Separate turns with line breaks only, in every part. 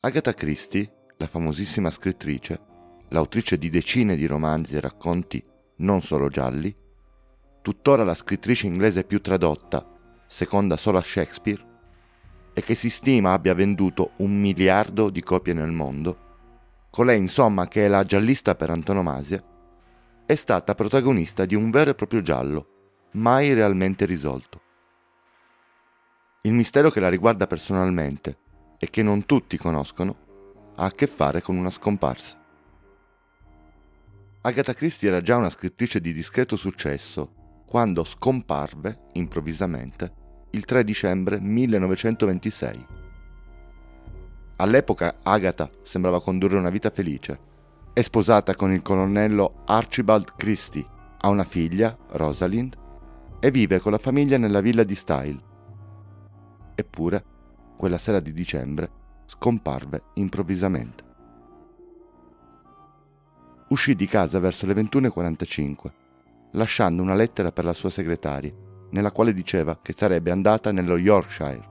Agatha Christie, la famosissima scrittrice, l'autrice di decine di romanzi e racconti non solo gialli, tuttora la scrittrice inglese più tradotta, seconda solo a Shakespeare, e che si stima abbia venduto 1 miliardo di copie nel mondo, colei insomma che è la giallista per antonomasia, è stata protagonista di un vero e proprio giallo, mai realmente risolto. Il mistero che la riguarda personalmente e che non tutti conoscono ha a che fare con una scomparsa. Agatha Christie era già una scrittrice di discreto successo quando scomparve improvvisamente il 3 dicembre 1926. All'epoca Agatha sembrava condurre una vita felice. È sposata con il colonnello Archibald Christie, ha una figlia, Rosalind, e vive con la famiglia nella villa di Style. Eppure, quella sera di dicembre, scomparve improvvisamente. Uscì di casa verso le 21:45, lasciando una lettera per la sua segretaria, nella quale diceva che sarebbe andata nello Yorkshire.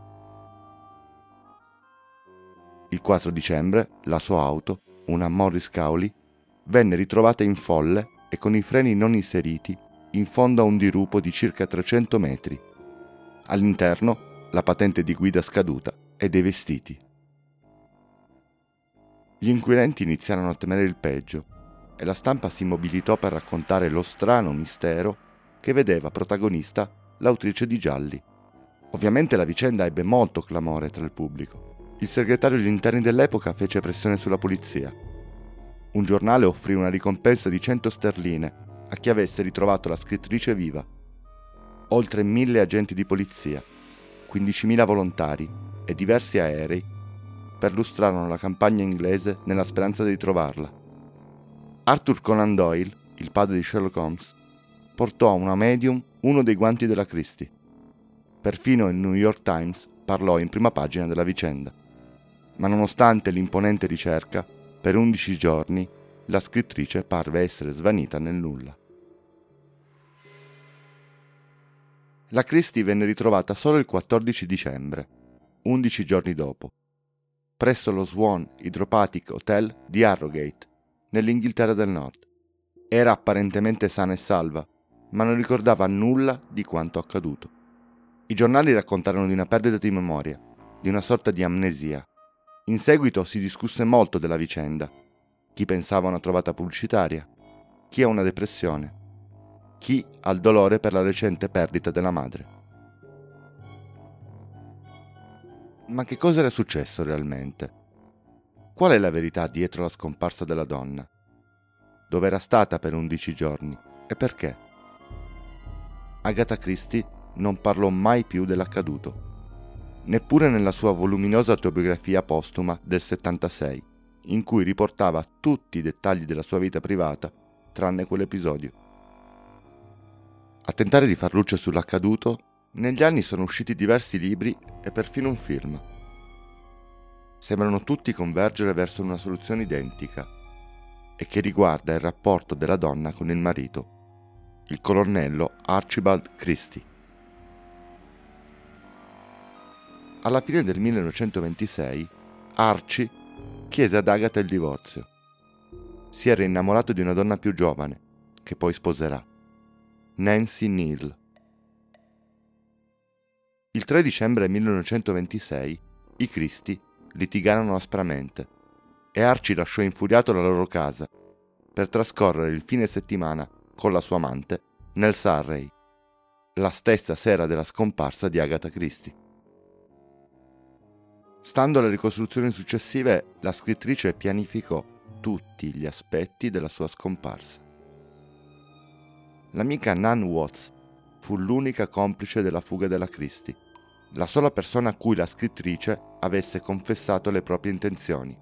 Il 4 dicembre la sua auto, una Morris Cowley, venne ritrovata in folle e con i freni non inseriti in fondo a un dirupo di circa 300 metri. All'interno la patente di guida scaduta e dei vestiti. Gli inquirenti iniziarono a temere il peggio e la stampa si mobilitò per raccontare lo strano mistero che vedeva protagonista l'autrice di gialli. Ovviamente la vicenda ebbe molto clamore tra il pubblico. Il segretario degli interni dell'epoca fece pressione sulla polizia. Un giornale offrì una ricompensa di 100 sterline a chi avesse ritrovato la scrittrice viva. Oltre 1.000 agenti di polizia, 15.000 volontari e diversi aerei perlustrarono la campagna inglese nella speranza di ritrovarla. Arthur Conan Doyle, il padre di Sherlock Holmes, portò a una medium uno dei guanti della Christie. Perfino il New York Times parlò in prima pagina della vicenda. Ma nonostante l'imponente ricerca, per 11 giorni la scrittrice parve essere svanita nel nulla. La Christie venne ritrovata solo il 14 dicembre, 11 giorni dopo, presso lo Swan Hydropathic Hotel di Harrogate, nell'Inghilterra del Nord. Era apparentemente sana e salva, ma non ricordava nulla di quanto accaduto. I giornali raccontarono di una perdita di memoria, di una sorta di amnesia. In seguito si discusse molto della vicenda. Chi pensava a una trovata pubblicitaria, chi a una depressione, chi al dolore per la recente perdita della madre. Ma che cosa era successo realmente? Qual è la verità dietro la scomparsa della donna? Dove era stata per 11 giorni e perché? Agatha Christie non parlò mai più dell'accaduto, neppure nella sua voluminosa autobiografia postuma del 76, in cui riportava tutti i dettagli della sua vita privata, tranne quell'episodio. A tentare di far luce sull'accaduto, negli anni sono usciti diversi libri e perfino un film. Sembrano tutti convergere verso una soluzione identica, e che riguarda il rapporto della donna con il marito, il colonnello Archibald Christie. Alla fine del 1926, Archie chiese ad Agatha il divorzio. Si era innamorato di una donna più giovane, che poi sposerà, Nancy Neal. Il 3 dicembre 1926 i Christie litigarono aspramente e Archie lasciò infuriato la loro casa per trascorrere il fine settimana con la sua amante nel Surrey, la stessa sera della scomparsa di Agatha Christie. Stando alle ricostruzioni successive, la scrittrice pianificò tutti gli aspetti della sua scomparsa. L'amica Nan Watts fu l'unica complice della fuga della Christie, la sola persona a cui la scrittrice avesse confessato le proprie intenzioni.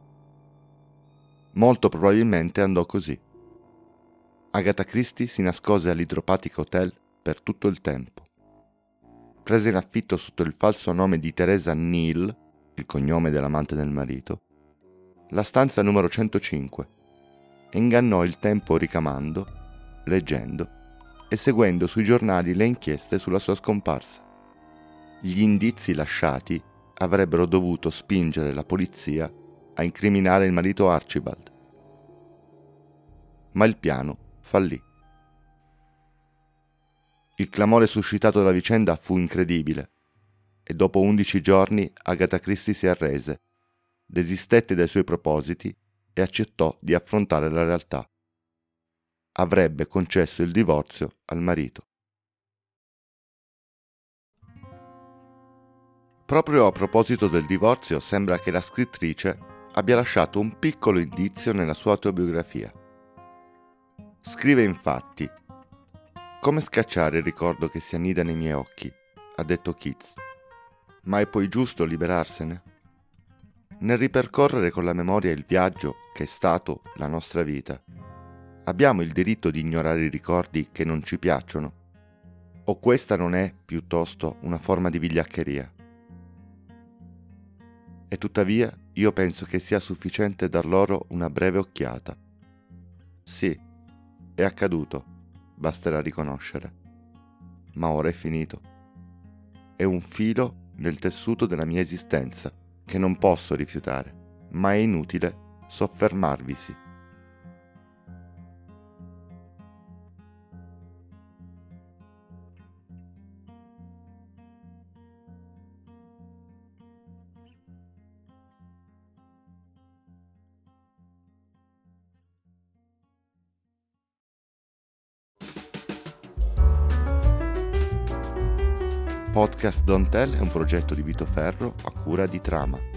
Molto probabilmente andò così. Agatha Christie si nascose all'Hydropathic Hotel per tutto il tempo. Prese in affitto sotto il falso nome di Teresa Neal, il cognome dell'amante del marito, la stanza numero 105 e ingannò il tempo ricamando, leggendo e seguendo sui giornali le inchieste sulla sua scomparsa. Gli indizi lasciati avrebbero dovuto spingere la polizia a incriminare il marito Archibald. Ma il piano fallì. Il clamore suscitato dalla vicenda fu incredibile e dopo 11 giorni Agatha Christie si arrese, desistette dai suoi propositi e accettò di affrontare la realtà. Avrebbe concesso il divorzio al marito. Proprio a proposito del divorzio, sembra che la scrittrice abbia lasciato un piccolo indizio nella sua autobiografia. Scrive infatti: «Come scacciare il ricordo che si annida nei miei occhi», ha detto Keats. Ma è poi giusto liberarsene? Nel ripercorrere con la memoria il viaggio che è stato la nostra vita, abbiamo il diritto di ignorare i ricordi che non ci piacciono? O questa non è piuttosto una forma di vigliaccheria? E tuttavia io penso che sia sufficiente dar loro una breve occhiata. Sì, è accaduto, basterà riconoscere. Ma ora è finito. È un filo nel tessuto della mia esistenza che non posso rifiutare, ma è inutile soffermarvisi. Podcast Don't Tell è un progetto di Vito Ferro a cura di Trama.